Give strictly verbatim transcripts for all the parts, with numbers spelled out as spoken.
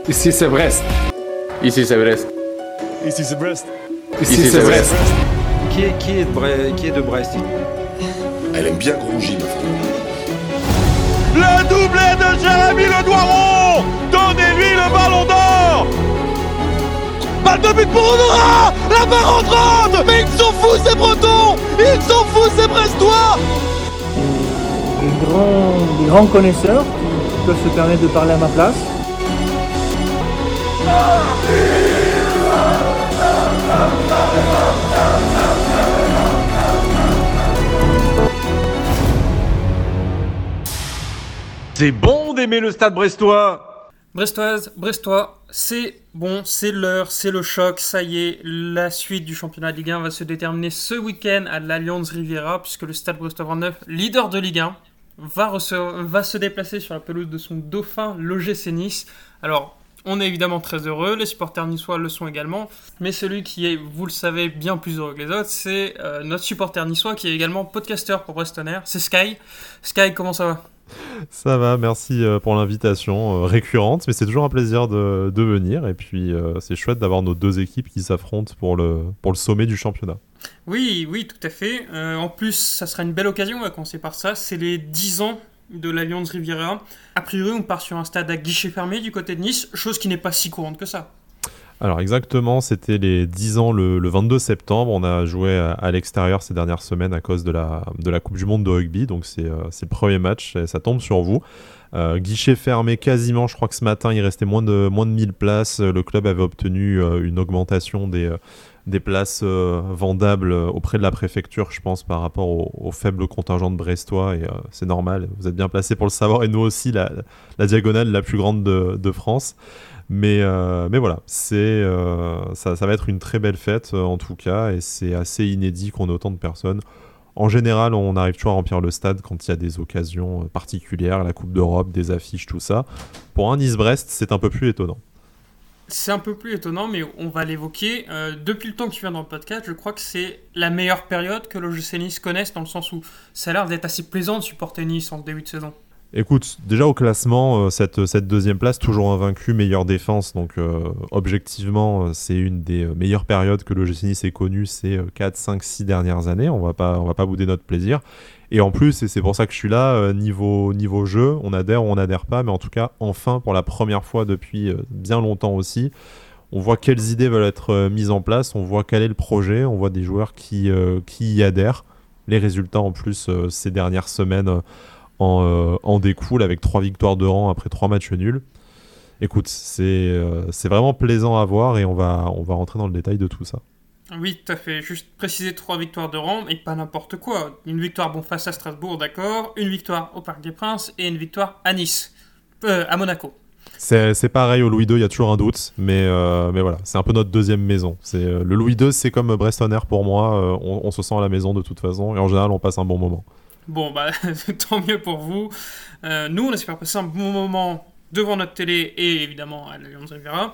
Ici c'est Brest. Ici c'est Brest. Ici c'est Brest. Ici, Ici c'est Brest. Brest. Qui est, qui est de Brest, qui est de Brest? Elle aime bien Grongy, ma femme. Le doublé de Jérémy Le Doiron. Donnez-lui le ballon d'or. Balle de but pour Honora. La barre entrante. Mais ils s'en foutent ces Bretons. Ils s'en foutent ces Brestois. Des grands, des grands connaisseurs qui peuvent se permettre de parler à ma place. C'est bon d'aimer le stade brestois. Brestoise, Brestois, c'est bon, c'est l'heure, c'est le choc, ça y est, la suite du championnat de Ligue un va se déterminer ce week-end à l'Allianz Riviera, puisque le Stade Brestois vingt-neuf, leader de Ligue un, va, rece- va se déplacer sur la pelouse de son dauphin, l'O G C Nice. Alors, on est évidemment très heureux, les supporters niçois le sont également, mais celui qui est, vous le savez, bien plus heureux que les autres, c'est euh, notre supporter niçois qui est également podcasteur pour Brest On Air, c'est Sky. Sky, comment ça va ? Ça va, merci pour l'invitation euh, récurrente, mais c'est toujours un plaisir de, de venir, et puis euh, c'est chouette d'avoir nos deux équipes qui s'affrontent pour le, pour le sommet du championnat. Oui, oui, tout à fait. Euh, en plus, ça sera une belle occasion, on va commencer par ça, c'est les dix ans de l'Allianz Riviera. A priori, on part sur un stade à guichet fermé du côté de Nice, chose qui n'est pas si courante que ça. Alors exactement, c'était les dix ans le, le vingt-deux septembre, on a joué à, à l'extérieur ces dernières semaines à cause de la, de la Coupe du Monde de rugby, donc c'est, euh, c'est le premier match, et ça tombe sur vous. Euh, guichet fermé quasiment, je crois que ce matin il restait moins de, moins de mille places, le club avait obtenu euh, une augmentation des, euh, des places euh, vendables auprès de la préfecture, je pense, par rapport au, au faible contingent de Brestois, et euh, c'est normal, vous êtes bien placés pour le savoir, et nous aussi, la, la diagonale la plus grande de, de France. Mais, euh, mais voilà, c'est, euh, ça, ça va être une très belle fête euh, en tout cas, et c'est assez inédit qu'on ait autant de personnes. En général, on arrive toujours à remplir le stade quand il y a des occasions particulières, la Coupe d'Europe, des affiches, tout ça. Pour un Nice-Brest, c'est un peu plus étonnant. C'est un peu plus étonnant, mais on va l'évoquer. Euh, depuis le temps que tu viens dans le podcast, je crois que c'est la meilleure période que l'O G C Nice connaisse, dans le sens où ça a l'air d'être assez plaisant de supporter Nice en début de saison. Écoute, déjà au classement, euh, cette, cette deuxième place, toujours invaincu, meilleure défense, donc euh, objectivement, euh, c'est une des euh, meilleures périodes que l'O G C Nice ait connue ces euh, quatre, cinq, six dernières années, on va pas, on va pas bouder notre plaisir. Et en plus, et c'est pour ça que je suis là, euh, niveau, niveau jeu, on adhère ou on n'adhère pas, mais en tout cas, enfin, pour la première fois depuis euh, bien longtemps aussi, on voit quelles idées veulent être euh, mises en place, on voit quel est le projet, on voit des joueurs qui, euh, qui y adhèrent. Les résultats en plus, euh, ces dernières semaines... Euh, En, euh, en découle avec trois victoires de rang après trois matchs nuls. Écoute, c'est, euh, c'est vraiment plaisant à voir et on va, on va rentrer dans le détail de tout ça. Oui, tout à fait. Juste préciser trois victoires de rang, mais pas n'importe quoi. Une victoire bon, face à Strasbourg, d'accord. Une victoire au Parc des Princes et une victoire à Nice. Euh, à Monaco. C'est, c'est pareil au Louis deux, il y a toujours un doute, mais, euh, mais voilà, c'est un peu notre deuxième maison. C'est, euh, le Louis deux, c'est comme Brest On Air pour moi, euh, on, on se sent à la maison de toute façon et en général, on passe un bon moment. Bon, bah, tant mieux pour vous. Euh, nous, on espère passer un bon moment devant notre télé et évidemment à l'Allianz Riviera.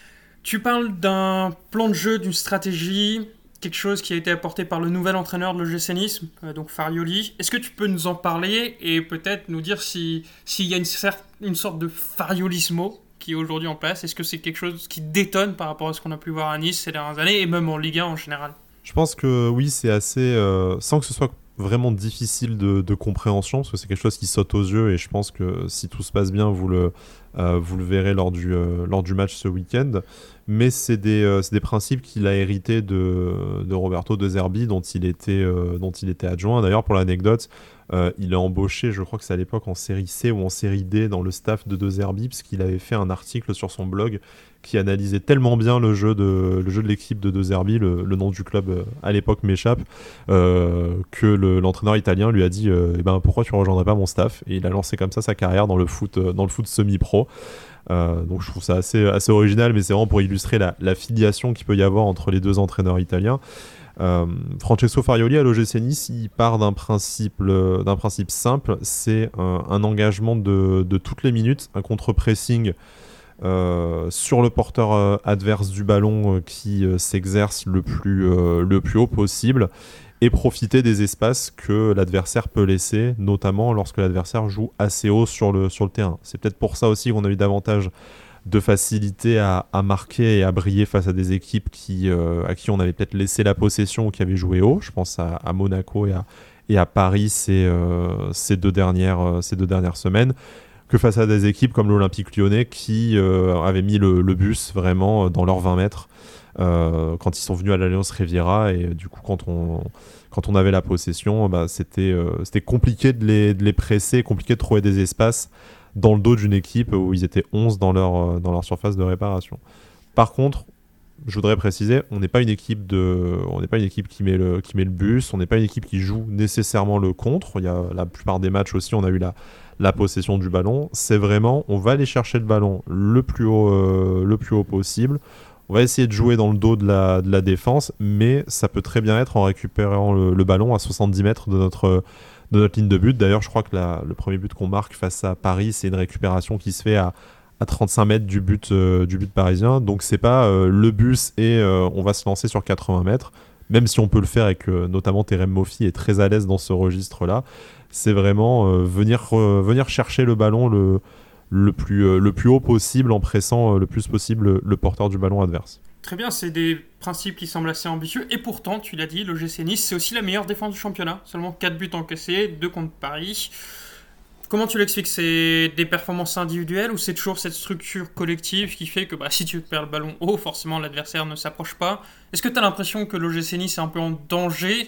Tu parles d'un plan de jeu, d'une stratégie, quelque chose qui a été apporté par le nouvel entraîneur de l'O G C Nice, euh, donc Farioli. Est-ce que tu peux nous en parler et peut-être nous dire si, s'il y a une, une sorte de Fariolismo qui est aujourd'hui en place? Est-ce que c'est quelque chose qui détonne par rapport à ce qu'on a pu voir à Nice ces dernières années et même en Ligue un en général? Je pense que oui, c'est assez... Euh, sans que ce soit vraiment difficile de, de compréhension, parce que c'est quelque chose qui saute aux yeux, et je pense que si tout se passe bien, vous le, euh, vous le verrez lors du, euh, lors du match ce week-end. Mais c'est des, euh, c'est des principes qu'il a hérités de, de Roberto De Zerbi, dont il était, euh, dont il était adjoint. D'ailleurs, pour l'anecdote, euh, il a embauché, je crois que c'est à l'époque en série C ou en série D, dans le staff de De Zerbi, parce qu'il avait fait un article sur son blog qui analysait tellement bien le jeu de, le jeu de l'équipe de De Zerbi, le, le nom du club euh, à l'époque m'échappe, euh, que le, l'entraîneur italien lui a dit euh, eh ben, pourquoi tu ne rejoindrais pas mon staff? Et il a lancé comme ça sa carrière dans le foot, euh, dans le foot semi-pro. Euh, donc je trouve ça assez, assez original, mais c'est vraiment pour illustrer la, la filiation qu'il peut y avoir entre les deux entraîneurs italiens. Euh, Francesco Farioli à l'O G C Nice, il part d'un principe, euh, d'un principe simple, c'est un, un engagement de, de toutes les minutes, un contre-pressing Euh, sur le porteur euh, adverse du ballon euh, qui euh, s'exerce le plus, euh, le plus haut possible et profiter des espaces que l'adversaire peut laisser, notamment lorsque l'adversaire joue assez haut sur le, sur le terrain. C'est peut-être pour ça aussi qu'on a eu davantage de facilité à, à marquer et à briller face à des équipes qui, euh, à qui on avait peut-être laissé la possession ou qui avaient joué haut. Je pense à, à Monaco et à, et à Paris ces, euh, ces, deux dernières, euh, ces deux dernières semaines, que face à des équipes comme l'Olympique Lyonnais qui euh, avaient mis le, le bus vraiment dans leurs vingt mètres euh, quand ils sont venus à l'Alliance Riviera. Et du coup, quand on, quand on avait la possession, bah, c'était, euh, c'était compliqué de les, de les presser, compliqué de trouver des espaces dans le dos d'une équipe où ils étaient onze dans leur, dans leur surface de réparation. Par contre, je voudrais préciser, on n'est pas une équipe de, on n'est pas une équipe qui met le, qui met le bus, on n'est pas une équipe qui joue nécessairement le contre. Il y a la plupart des matchs aussi, on a eu la, la possession du ballon. C'est vraiment, on va aller chercher le ballon le plus haut, euh, le plus haut possible. On va essayer de jouer dans le dos de la, de la défense, mais ça peut très bien être en récupérant le, le ballon à soixante-dix mètres de notre de notre ligne de but. D'ailleurs, je crois que la, le premier but qu'on marque face à Paris, c'est une récupération qui se fait à, à trente-cinq mètres du but, euh, du but parisien. Donc, c'est pas euh, le bus et euh, on va se lancer sur quatre-vingts mètres, même si on peut le faire et que notamment Terem Moffi est très à l'aise dans ce registre-là. C'est vraiment euh, venir, euh, venir chercher le ballon le, le, plus, euh, le plus haut possible en pressant euh, le plus possible le, le porteur du ballon adverse. Très bien, c'est des principes qui semblent assez ambitieux. Et pourtant, tu l'as dit, l'O G C Nice, c'est aussi la meilleure défense du championnat. Seulement quatre buts encaissés, deux contre Paris. Comment tu l'expliques ? C'est des performances individuelles ou c'est toujours cette structure collective qui fait que bah, si tu perds le ballon haut, forcément l'adversaire ne s'approche pas ? Est-ce que tu as l'impression que l'O G C Nice est un peu en danger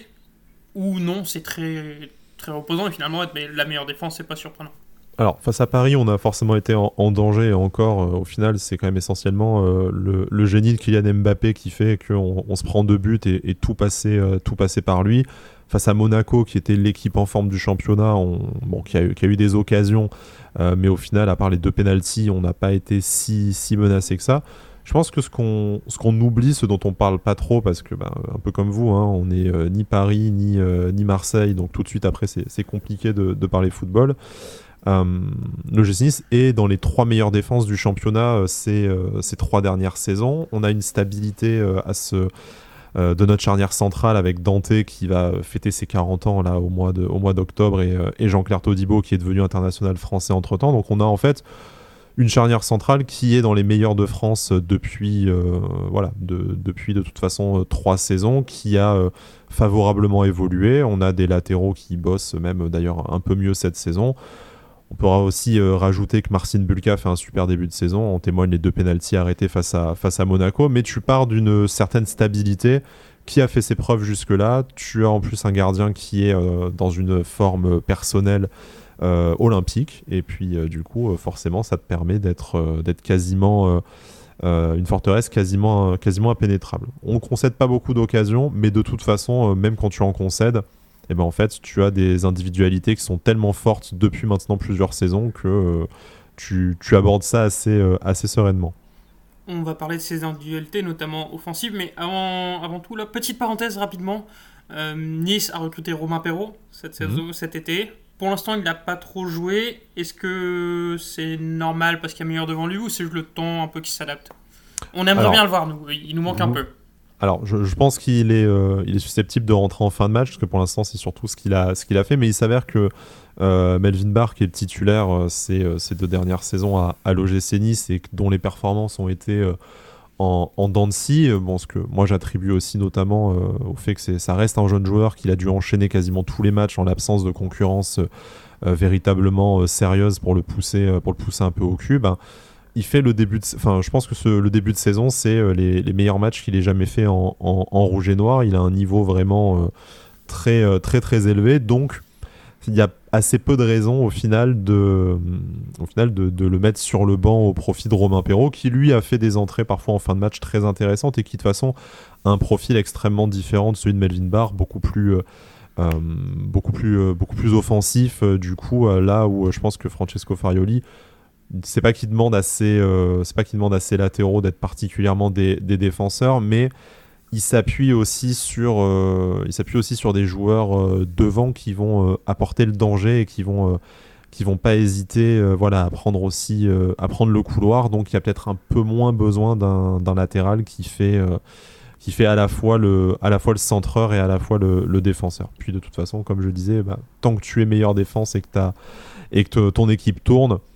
ou non, c'est très, très reposant et finalement être la meilleure défense, c'est pas surprenant ? Alors, face à Paris, on a forcément été en, en danger et encore, euh, au final, c'est quand même essentiellement euh, le, le génie de Kylian Mbappé qui fait qu'on on se prend deux buts et, et tout, passer, euh, tout passer par lui. Face à Monaco, qui était l'équipe en forme du championnat, on, bon, qui, a eu, qui a eu des occasions, euh, mais au final, à part les deux pénaltys, on n'a pas été si, si menacé que ça. Je pense que ce qu'on, ce qu'on oublie, ce dont on parle pas trop, parce que, bah, un peu comme vous, hein, on n'est euh, ni Paris, ni, euh, ni Marseille, donc tout de suite après, c'est, c'est compliqué de, de parler football. Euh, le G C Nice est dans les trois meilleures défenses du championnat euh, ces, euh, ces trois dernières saisons. On a une stabilité euh, à ce, euh, de notre charnière centrale avec Dante qui va fêter ses quarante ans là, au, mois de, au mois d'octobre et, euh, et Jean-Claire Todibo qui est devenu international français entre-temps. Donc on a en fait une charnière centrale qui est dans les meilleures de France depuis, euh, voilà, de, depuis de toute façon euh, trois saisons, qui a euh, favorablement évolué. On a des latéraux qui bossent même d'ailleurs un peu mieux cette saison. On pourra aussi euh, rajouter que Marcin Bulka fait un super début de saison, en témoignent les deux pénaltys arrêtés face à, face à Monaco, mais tu pars d'une certaine stabilité qui a fait ses preuves jusque-là. Tu as en plus un gardien qui est euh, dans une forme personnelle euh, olympique, et puis euh, du coup, euh, forcément, ça te permet d'être, euh, d'être quasiment euh, euh, une forteresse quasiment, euh, quasiment impénétrable. On ne concède pas beaucoup d'occasions, mais de toute façon, euh, même quand tu en concèdes, et ben en fait, tu as des individualités qui sont tellement fortes depuis maintenant plusieurs saisons que euh, tu, tu abordes ça assez, euh, assez sereinement. On va parler de ces individualités, notamment offensives, mais avant, avant tout, la petite parenthèse rapidement. Euh, Nice a recruté Romain Perraud cette, saison, mmh. cet été. Pour l'instant, il n'a pas trop joué. Est-ce que c'est normal parce qu'il y a meilleur devant lui ou c'est juste le temps un peu qui s'adapte ? On aimerait Alors, bien le voir, nous. Il nous manque mmh. un peu. Alors, je, je pense qu'il est, euh, il est susceptible de rentrer en fin de match, parce que pour l'instant, c'est surtout ce qu'il a, ce qu'il a fait. Mais il s'avère que euh, Melvin Barr, qui est le titulaire euh, ces, euh, ces deux dernières saisons à, à l'O G C Nice, et dont les performances ont été euh, en, en dents de scie, euh, bon, ce que moi j'attribue aussi notamment euh, au fait que c'est, ça reste un jeune joueur, qu'il a dû enchaîner quasiment tous les matchs en l'absence de concurrence euh, euh, véritablement euh, sérieuse pour le pousser, euh, pour le pousser un peu au cul. Ben, il fait le début de, enfin, je pense que ce, le début de saison, c'est les, les meilleurs matchs qu'il ait jamais fait en, en, en rouge et noir. Il a un niveau vraiment euh, très, euh, très, très élevé. Donc, il y a assez peu de raisons au final de, au final de, de le mettre sur le banc au profit de Romain Perraud, qui lui a fait des entrées parfois en fin de match très intéressantes et qui de toute façon a un profil extrêmement différent de celui de Melvin Barr, beaucoup plus, euh, euh, beaucoup plus, euh, beaucoup plus offensif. Euh, du coup, euh, là où euh, je pense que Francesco Farioli, c'est pas qu'il demande assez, euh, c'est pas qu'il demande à ses latéraux d'être particulièrement des, des défenseurs, mais il s'appuie aussi sur, euh, il s'appuie aussi sur des joueurs euh, devant qui vont euh, apporter le danger et qui vont, euh, qui vont pas hésiter, euh, voilà, à prendre aussi, euh, à prendre le couloir. Donc il y a peut-être un peu moins besoin d'un, d'un latéral qui fait, euh, qui fait à la fois le, à la fois le centreur et à la fois le, le défenseur. Puis de toute façon, comme je disais, bah, tant que tu es meilleure défense et que t'as, et que ton équipe tourne,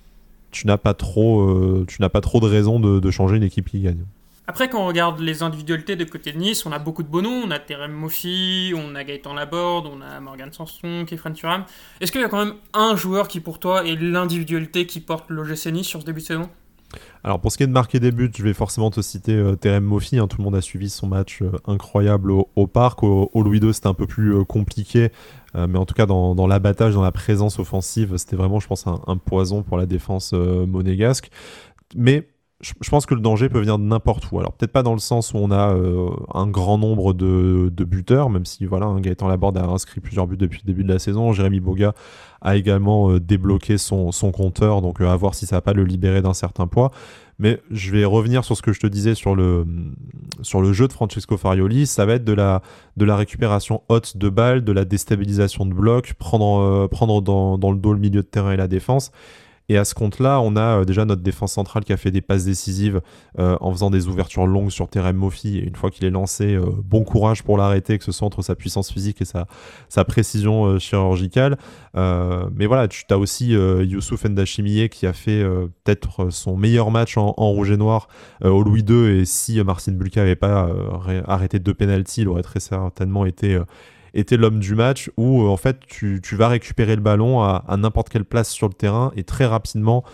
tu n'as pas trop, euh, tu n'as pas trop de raison de, de changer une équipe qui gagne. Après, quand on regarde les individualités de côté de Nice, on a beaucoup de beaux noms. On a Terem Moffi, on a Gaëtan Laborde, on a Morgan Sanson, Kefren Turam. Est-ce qu'il y a quand même un joueur qui, pour toi, est l'individualité qui porte l'O G C Nice sur ce début de saison ? Alors pour ce qui est de marquer des buts, je vais forcément te citer euh, Terem Moffi, hein, tout le monde a suivi son match euh, incroyable au, au Parc, au, au Louis deux c'était un peu plus euh, compliqué, euh, mais en tout cas dans, dans l'abattage, dans la présence offensive, c'était vraiment je pense un, un poison pour la défense euh, monégasque, mais je, je pense que le danger peut venir de n'importe où, alors peut-être pas dans le sens où on a euh, un grand nombre de, de buteurs, même si voilà, hein, Gaëtan Laborde a inscrit plusieurs buts depuis le début de la saison, Jérémy Boga a également euh, débloqué son, son compteur, donc euh, à voir si ça va pas le libérer d'un certain poids. Mais je vais revenir sur ce que je te disais sur le, sur le jeu de Francesco Farioli, ça va être de la, de la récupération haute de balles, de la déstabilisation de blocs, prendre, euh, prendre dans, dans le dos le milieu de terrain et la défense. Et à ce compte-là, on a euh, déjà notre défense centrale qui a fait des passes décisives euh, en faisant des ouvertures longues sur Terem Moffi. Et une fois qu'il est lancé, euh, bon courage pour l'arrêter, que ce soit entre sa puissance physique et sa, sa précision euh, chirurgicale. Euh, mais voilà, tu as aussi euh, Youssouf Ndachimie qui a fait euh, peut-être son meilleur match en, en rouge et noir euh, au Louis deux. Et si euh, Marcin Bulka n'avait pas euh, ré- arrêté deux pénaltys, il aurait très certainement été... Euh, était l'homme du match où euh, en fait tu, tu vas récupérer le ballon à, à n'importe quelle place sur le terrain et très rapidement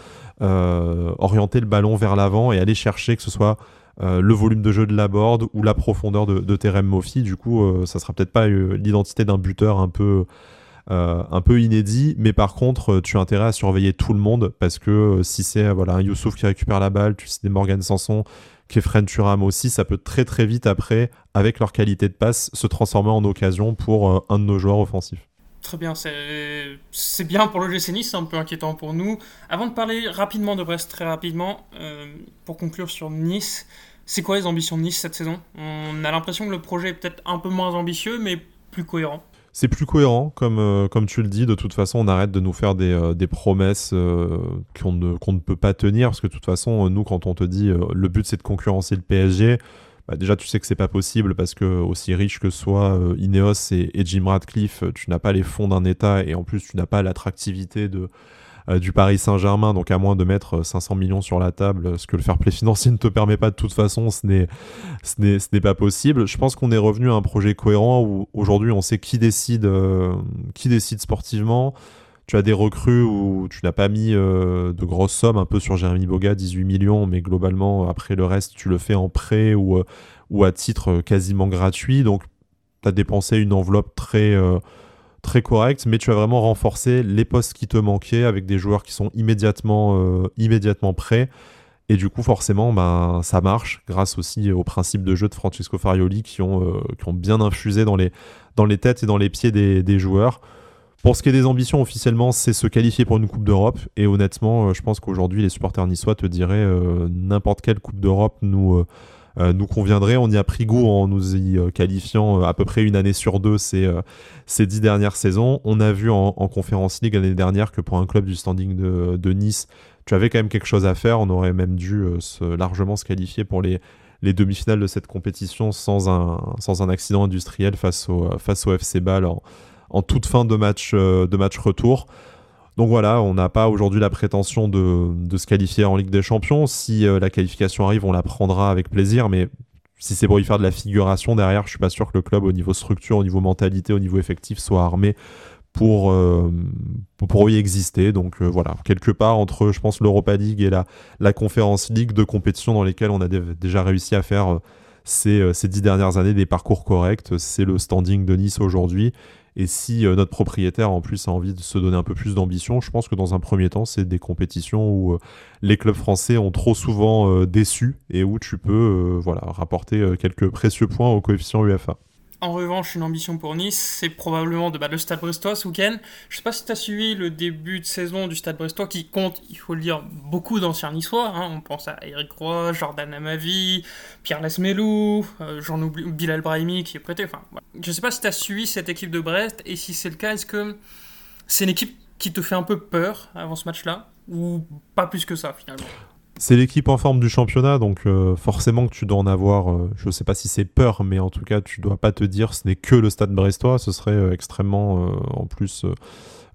euh, orienter le ballon vers l'avant et aller chercher que ce soit euh, le volume de jeu de Laborde ou la profondeur de, de Terem Moffi. Du coup euh, ça sera peut-être pas euh, l'identité d'un buteur un peu, euh, un peu inédit, mais par contre tu as intérêt à surveiller tout le monde parce que euh, si c'est euh, voilà, un Youssouf qui récupère la balle, tu sais des Morgan Sanson, Kefren Turam aussi, ça peut très très vite après, avec leur qualité de passe, se transformer en occasion pour euh, un de nos joueurs offensifs. Très bien, c'est, c'est bien pour l'O G C Nice, c'est un peu inquiétant pour nous. Avant de parler rapidement de Brest, très rapidement, euh, pour conclure sur Nice, c'est quoi les ambitions de Nice cette saison ? On a l'impression que le projet est peut-être un peu moins ambitieux, mais plus cohérent. C'est plus cohérent, comme, euh, comme tu le dis. De toute façon, on arrête de nous faire des, euh, des promesses euh, qu'on, ne, qu'on ne peut pas tenir. Parce que de toute façon, nous, quand on te dit euh, le but, c'est de concurrencer le P S G, bah, déjà, tu sais que c'est pas possible parce que, aussi riche que soit euh, Ineos et, et Jim Ratcliffe, tu n'as pas les fonds d'un État et en plus, tu n'as pas l'attractivité de, euh, du Paris Saint-Germain. Donc, à moins de mettre cinq cents millions sur la table, ce que le fair play financier ne te permet pas de toute façon, ce n'est, ce n'est, ce n'est pas possible. Je pense qu'on est revenu à un projet cohérent où aujourd'hui, on sait qui décide, euh, qui décide sportivement. Tu as des recrues où tu n'as pas mis euh, de grosses sommes, un peu sur Jérémy Boga, dix-huit millions, mais globalement, après le reste, tu le fais en prêt ou, euh, ou à titre quasiment gratuit. Donc, tu as dépensé une enveloppe très, euh, très correcte, mais tu as vraiment renforcé les postes qui te manquaient avec des joueurs qui sont immédiatement, euh, immédiatement prêts. Et du coup, forcément, ben, ça marche, grâce aussi au principe de jeu de Francesco Farioli qui ont, euh, qui ont bien infusé dans les, dans les têtes et dans les pieds des, des joueurs. Pour ce qui est des ambitions, officiellement, c'est se qualifier pour une Coupe d'Europe. Et honnêtement, euh, je pense qu'aujourd'hui, les supporters niçois te diraient euh, n'importe quelle Coupe d'Europe nous, euh, nous conviendrait. On y a pris goût en nous y euh, qualifiant euh, à peu près une année sur deux ces, euh, ces dix dernières saisons. On a vu en, en Conference League l'année dernière que pour un club du standing de, de Nice, tu avais quand même quelque chose à faire. On aurait même dû euh, se, largement se qualifier pour les, les demi-finales de cette compétition sans un, sans un accident industriel face au, face au F C Bâle en, en toute fin de match, euh, de match retour. Donc voilà, on n'a pas aujourd'hui la prétention de, de se qualifier en Ligue des Champions. Si euh, la qualification arrive, on la prendra avec plaisir, mais si c'est pour y faire de la figuration derrière, je suis pas sûr que le club, au niveau structure, au niveau mentalité, au niveau effectif, soit armé pour, euh, pour y exister. Donc euh, voilà, quelque part entre, je pense, l'Europa League et la, la Conference League, deux compétitions dans lesquelles on a d- déjà réussi à faire euh, ces, euh, ces dix dernières années des parcours corrects. C'est le standing de Nice aujourd'hui. Et si euh, notre propriétaire, en plus, a envie de se donner un peu plus d'ambition, je pense que dans un premier temps, c'est des compétitions où euh, les clubs français ont trop souvent euh, déçu et où tu peux euh, voilà, rapporter euh, quelques précieux points au coefficient U F A. En revanche, une ambition pour Nice, c'est probablement de battre le Stade Brestois ce week-end. Je sais pas si tu as suivi le début de saison du Stade Brestois qui compte, il faut le dire, beaucoup d'anciens niçois. Hein. On pense à Eric Roy, Jordan Amavi, Pierre Lesmelou, euh, j'en oublie, Bilal Brahimi qui est prêté. Enfin, voilà. Je sais pas si tu as suivi cette équipe de Brest et si c'est le cas, est-ce que c'est une équipe qui te fait un peu peur avant ce match-là ou pas plus que ça finalement ? C'est l'équipe en forme du championnat, donc euh, forcément que tu dois en avoir, euh, je ne sais pas si c'est peur, mais en tout cas, tu ne dois pas te dire ce n'est que le Stade brestois, ce serait euh, extrêmement, euh, en plus, euh,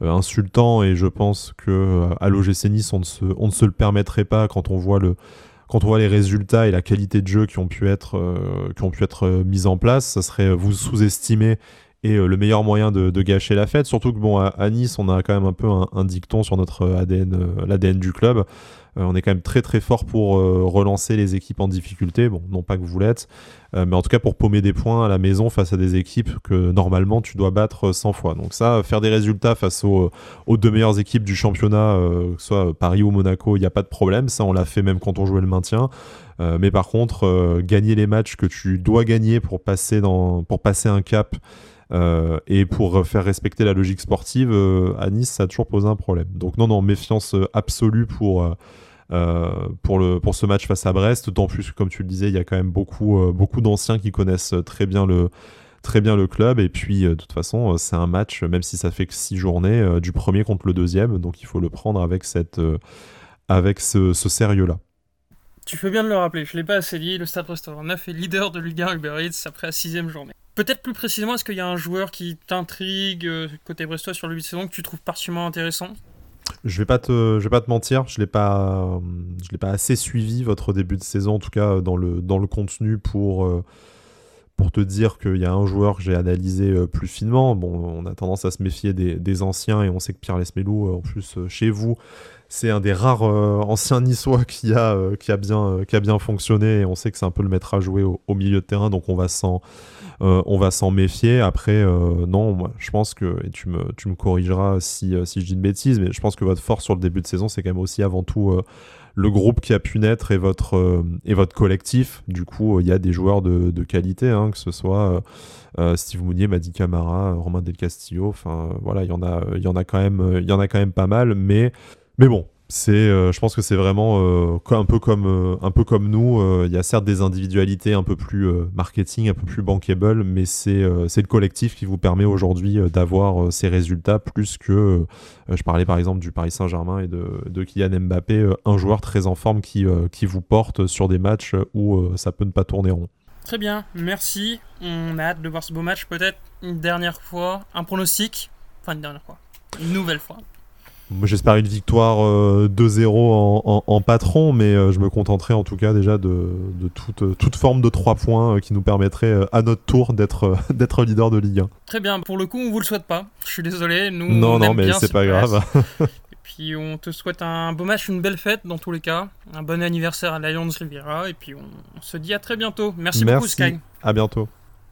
euh, insultant, et je pense que euh, à l'O G C Nice on ne se, on ne se le permettrait pas quand on voit le quand on voit les résultats et la qualité de jeu qui ont pu être euh, qui ont pu être euh, mises en place. Ça serait euh, vous sous-estimer et euh, le meilleur moyen de, de gâcher la fête. Surtout que bon, à, à Nice, on a quand même un peu un, un dicton sur notre A D N, euh, l'A D N du club. Euh, on est quand même très très fort pour euh, relancer les équipes en difficulté. Bon, non pas que vous l'êtes, euh, mais en tout cas pour paumer des points à la maison face à des équipes que normalement tu dois battre cent fois. Donc ça, faire des résultats face aux, aux deux meilleures équipes du championnat, euh, que ce soit Paris ou Monaco, il n'y a pas de problème. Ça, on l'a fait même quand on jouait le maintien. Euh, mais par contre, euh, gagner les matchs que tu dois gagner pour passer, dans, pour passer un cap, Euh, et pour faire respecter la logique sportive, euh, à Nice, ça a toujours posé un problème. Donc non, non, méfiance absolue pour, euh, pour, le, pour ce match face à Brest, d'autant plus que, comme tu le disais, il y a quand même beaucoup, euh, beaucoup d'anciens qui connaissent très bien le, très bien le club, et puis euh, de toute façon, c'est un match, même si ça fait que six journées, euh, du premier contre le deuxième, donc il faut le prendre avec, cette, euh, avec ce, ce sérieux-là. Tu fais bien de le rappeler, je ne l'ai pas assez dit, le Stade Brestois neuf est leader de Ligue un Uber Eats après la sixième journée. Peut-être plus précisément, est-ce qu'il y a un joueur qui t'intrigue euh, côté Brestois sur le début de saison que tu trouves particulièrement intéressant ? Je vais pas te, je vais pas te mentir, je l'ai pas, je l'ai pas assez suivi votre début de saison, en tout cas dans le dans le contenu pour euh, pour te dire qu'il y a un joueur que j'ai analysé euh, plus finement. Bon, on a tendance à se méfier des, des anciens, et on sait que Pierre Lesmelou, euh, en plus euh, chez vous, c'est un des rares euh, anciens niçois qui a euh, qui a bien euh, qui a bien fonctionné, et on sait que c'est un peu le maître à jouer au, au milieu de terrain, donc on va s'en euh, on va s'en méfier. Après, euh, non, moi, je pense que, et tu me tu me corrigeras si euh, si je dis une bêtise, mais je pense que votre force sur le début de saison, c'est quand même aussi avant tout euh, le groupe qui a pu naître et votre, euh, et votre collectif. Du coup, il euh, y a des joueurs de, de qualité, hein, que ce soit euh, euh, Steve Mounier, Madi Camara, Romain Del Castillo. Enfin, euh, voilà, il y en a, il y en a quand même, il y en a quand même pas mal. Mais, mais bon, c'est, euh, je pense que c'est vraiment euh, un peu comme, euh, un peu comme nous. Il euh, y a certes des individualités un peu plus euh, marketing, un peu plus bankable, mais c'est, euh, c'est le collectif qui vous permet aujourd'hui euh, d'avoir euh, ces résultats, plus que euh, je parlais par exemple du Paris Saint-Germain et de, de Kylian Mbappé, euh, un joueur très en forme qui, euh, qui vous porte sur des matchs où euh, ça peut ne pas tourner rond. Très bien, merci. On a hâte de voir ce beau match, peut-être une dernière fois. Un pronostic, enfin une dernière fois, une nouvelle fois. Moi, j'espère une victoire euh, deux zéro en, en, en patron, mais euh, je me contenterai en tout cas déjà de, de toute, toute forme de trois points euh, qui nous permettrait euh, à notre tour d'être, euh, d'être leader de Ligue un. Très bien, pour le coup on vous le souhaite pas, je suis désolé, nous non, on non, aime mais bien c'est cette pas place. grave. Et puis on te souhaite un beau match, une belle fête dans tous les cas, un bon anniversaire à l'Alliance Riviera, et puis on, on se dit à très bientôt. Merci, Merci. beaucoup Sky. À bientôt.